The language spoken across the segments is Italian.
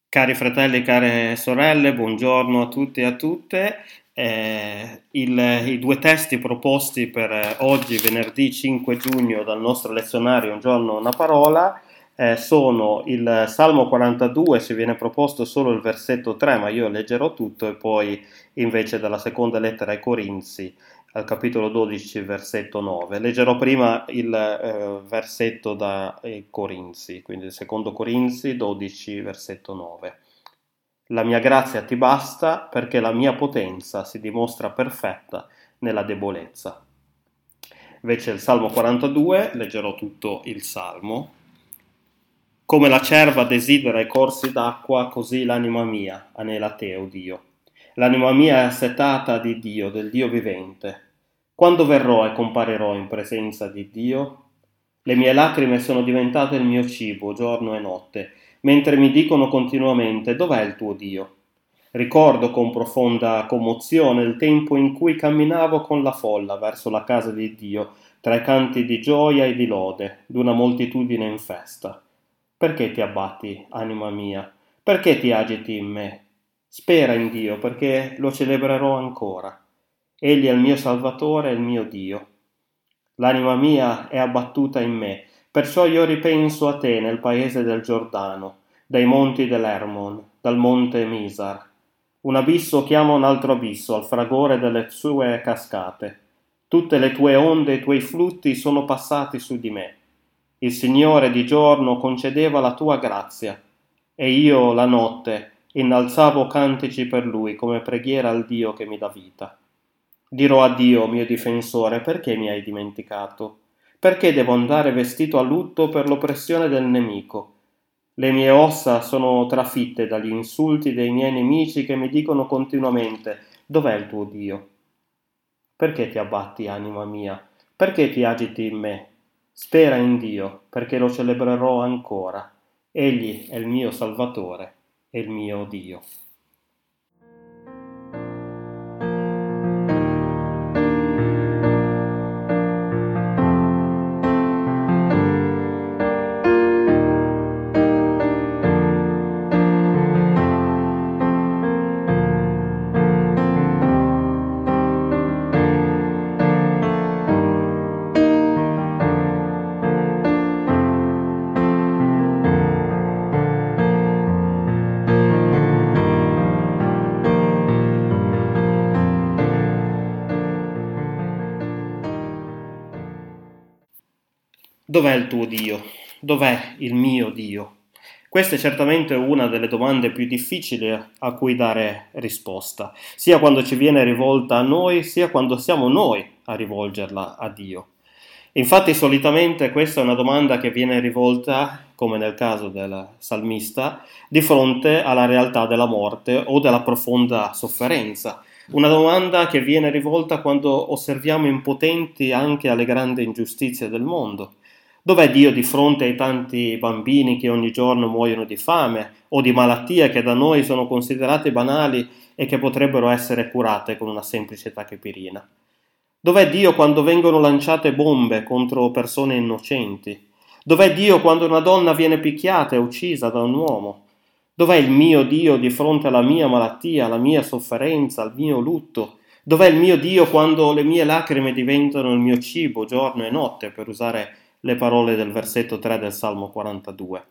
Cari fratelli e care sorelle, buongiorno a tutti e a tutte. I due testi proposti per oggi, venerdì 5 giugno, dal nostro lezionario Un giorno una parola, sono il Salmo 42, ci viene proposto solo il versetto 3, ma io leggerò tutto, e poi invece dalla seconda lettera ai Corinzi, al capitolo 12, versetto 9. Leggerò prima il versetto da Corinzi, quindi il secondo Corinzi 12, versetto 9. La mia grazia ti basta perché la mia potenza si dimostra perfetta nella debolezza. Invece il Salmo 42, leggerò tutto il Salmo. Come la cerva desidera i corsi d'acqua, così l'anima mia anela te, o Dio. L'anima mia è assetata di Dio, del Dio vivente. Quando verrò e comparirò in presenza di Dio? Le mie lacrime sono diventate il mio cibo giorno e notte, mentre mi dicono continuamente: dov'è il tuo Dio? Ricordo con profonda commozione il tempo in cui camminavo con la folla verso la casa di Dio, tra i canti di gioia e di lode, d'una moltitudine in festa. Perché ti abbatti, anima mia? Perché ti agiti in me? Spera in Dio, perché lo celebrerò ancora. Egli è il mio Salvatore e il mio Dio. L'anima mia è abbattuta in me, perciò io ripenso a te nel paese del Giordano, dai monti dell'Hermon, dal monte Misar. Un abisso chiama un altro abisso al fragore delle sue cascate. Tutte le tue onde e i tuoi flutti sono passati su di me. Il Signore di giorno concedeva la tua grazia, e io la notte innalzavo cantici per lui come preghiera al Dio che mi dà vita. Dirò a Dio, mio difensore: perché mi hai dimenticato? Perché devo andare vestito a lutto per l'oppressione del nemico? Le mie ossa sono trafitte dagli insulti dei miei nemici, che mi dicono continuamente: dov'è il tuo Dio? Perché ti abbatti, anima mia? Perché ti agiti in me? Spera in Dio, perché lo celebrerò ancora. Egli è il mio Salvatore e il mio Dio. Dov'è il tuo Dio? Dov'è il mio Dio? Questa è certamente una delle domande più difficili a cui dare risposta, sia quando ci viene rivolta a noi, sia quando siamo noi a rivolgerla a Dio. Infatti, solitamente questa è una domanda che viene rivolta, come nel caso del salmista, di fronte alla realtà della morte o della profonda sofferenza. Una domanda che viene rivolta quando osserviamo impotenti anche alle grandi ingiustizie del mondo. Dov'è Dio di fronte ai tanti bambini che ogni giorno muoiono di fame o di malattie che da noi sono considerate banali e che potrebbero essere curate con una semplice tachipirina? Dov'è Dio quando vengono lanciate bombe contro persone innocenti? Dov'è Dio quando una donna viene picchiata e uccisa da un uomo? Dov'è il mio Dio di fronte alla mia malattia, alla mia sofferenza, al mio lutto? Dov'è il mio Dio quando le mie lacrime diventano il mio cibo giorno e notte, per usare le parole del versetto 3 del Salmo 42?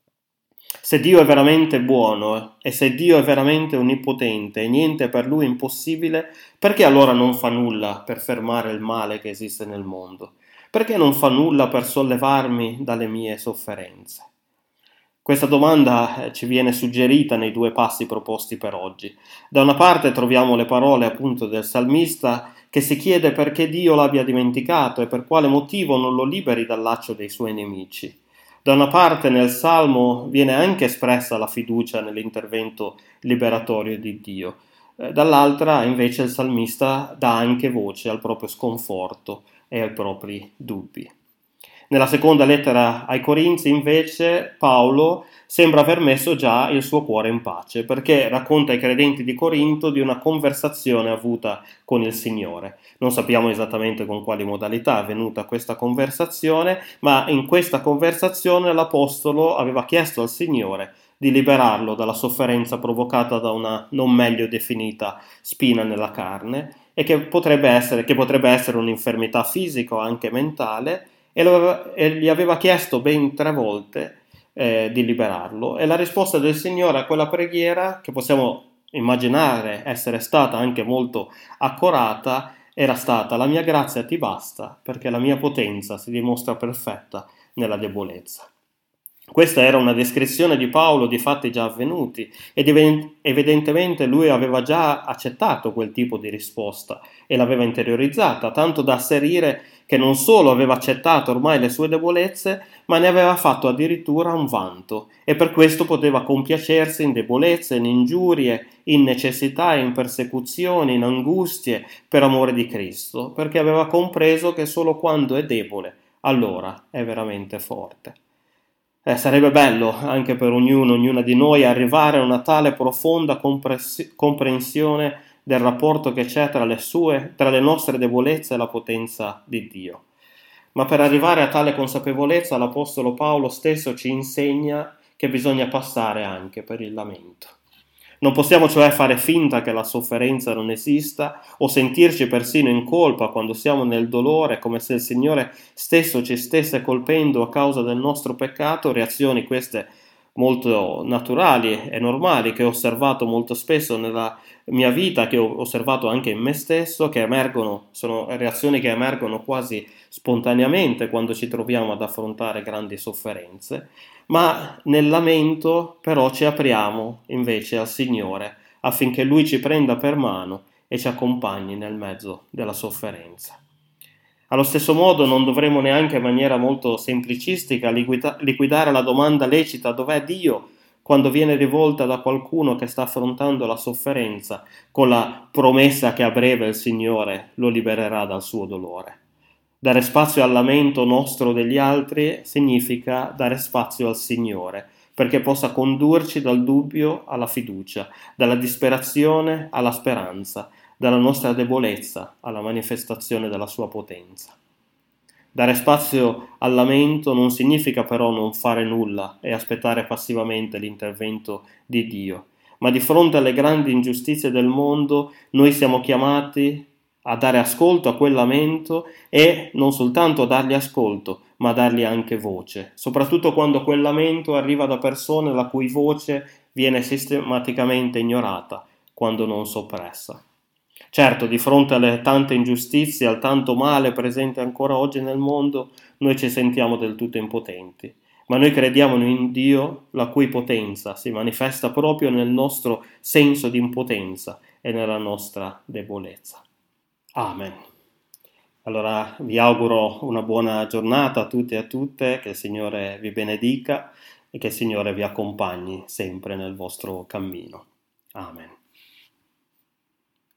Se Dio è veramente buono e se Dio è veramente onnipotente e niente è per lui impossibile, perché allora non fa nulla per fermare il male che esiste nel mondo? Perché non fa nulla per sollevarmi dalle mie sofferenze? Questa domanda ci viene suggerita nei due passi proposti per oggi. Da una parte troviamo le parole appunto del salmista, che si chiede perché Dio l'abbia dimenticato e per quale motivo non lo liberi dal laccio dei suoi nemici. Da una parte nel Salmo viene anche espressa la fiducia nell'intervento liberatorio di Dio, dall'altra invece il salmista dà anche voce al proprio sconforto e ai propri dubbi. Nella seconda lettera ai Corinzi, invece, Paolo sembra aver messo già il suo cuore in pace, perché racconta ai credenti di Corinto di una conversazione avuta con il Signore. Non sappiamo esattamente con quali modalità è avvenuta questa conversazione, ma in questa conversazione l'Apostolo aveva chiesto al Signore di liberarlo dalla sofferenza provocata da una non meglio definita spina nella carne e che potrebbe essere un'infermità fisica o anche mentale e gli aveva chiesto ben 3 volte di liberarlo e la risposta del Signore a quella preghiera, che possiamo immaginare essere stata anche molto accurata, era stata: la mia grazia ti basta, perché la mia potenza si dimostra perfetta nella debolezza. Questa era una descrizione di Paolo di fatti già avvenuti ed evidentemente lui aveva già accettato quel tipo di risposta e l'aveva interiorizzata, tanto da asserire che non solo aveva accettato ormai le sue debolezze, ma ne aveva fatto addirittura un vanto e per questo poteva compiacersi in debolezze, in ingiurie, in necessità, in persecuzioni, in angustie per amore di Cristo, perché aveva compreso che solo quando è debole allora è veramente forte. Sarebbe bello anche per ognuna di noi arrivare a una tale profonda comprensione del rapporto che c'è tra le nostre debolezze e la potenza di Dio. Ma per arrivare a tale consapevolezza l'Apostolo Paolo stesso ci insegna che bisogna passare anche per il lamento. Non possiamo cioè fare finta che la sofferenza non esista o sentirci persino in colpa quando siamo nel dolore, come se il Signore stesso ci stesse colpendo a causa del nostro peccato, reazioni queste molto naturali e normali che ho osservato molto spesso nella mia vita, che ho osservato anche in me stesso, sono reazioni che emergono quasi spontaneamente quando ci troviamo ad affrontare grandi sofferenze, ma nel lamento però ci apriamo invece al Signore affinché Lui ci prenda per mano e ci accompagni nel mezzo della sofferenza. Allo stesso modo non dovremmo neanche in maniera molto semplicistica liquidare la domanda lecita dov'è Dio quando viene rivolta da qualcuno che sta affrontando la sofferenza con la promessa che a breve il Signore lo libererà dal suo dolore. Dare spazio al lamento nostro degli altri significa dare spazio al Signore, perché possa condurci dal dubbio alla fiducia, dalla disperazione alla speranza, dalla nostra debolezza alla manifestazione della sua potenza. Dare spazio al lamento non significa però non fare nulla e aspettare passivamente l'intervento di Dio, ma di fronte alle grandi ingiustizie del mondo noi siamo chiamati a dare ascolto a quel lamento e non soltanto a dargli ascolto, ma a dargli anche voce, soprattutto quando quel lamento arriva da persone la cui voce viene sistematicamente ignorata, quando non soppressa. Certo, di fronte alle tante ingiustizie, al tanto male presente ancora oggi nel mondo, noi ci sentiamo del tutto impotenti, ma noi crediamo in Dio, la cui potenza si manifesta proprio nel nostro senso di impotenza e nella nostra debolezza. Amen. Allora vi auguro una buona giornata a tutti e a tutte, che il Signore vi benedica e che il Signore vi accompagni sempre nel vostro cammino. Amen.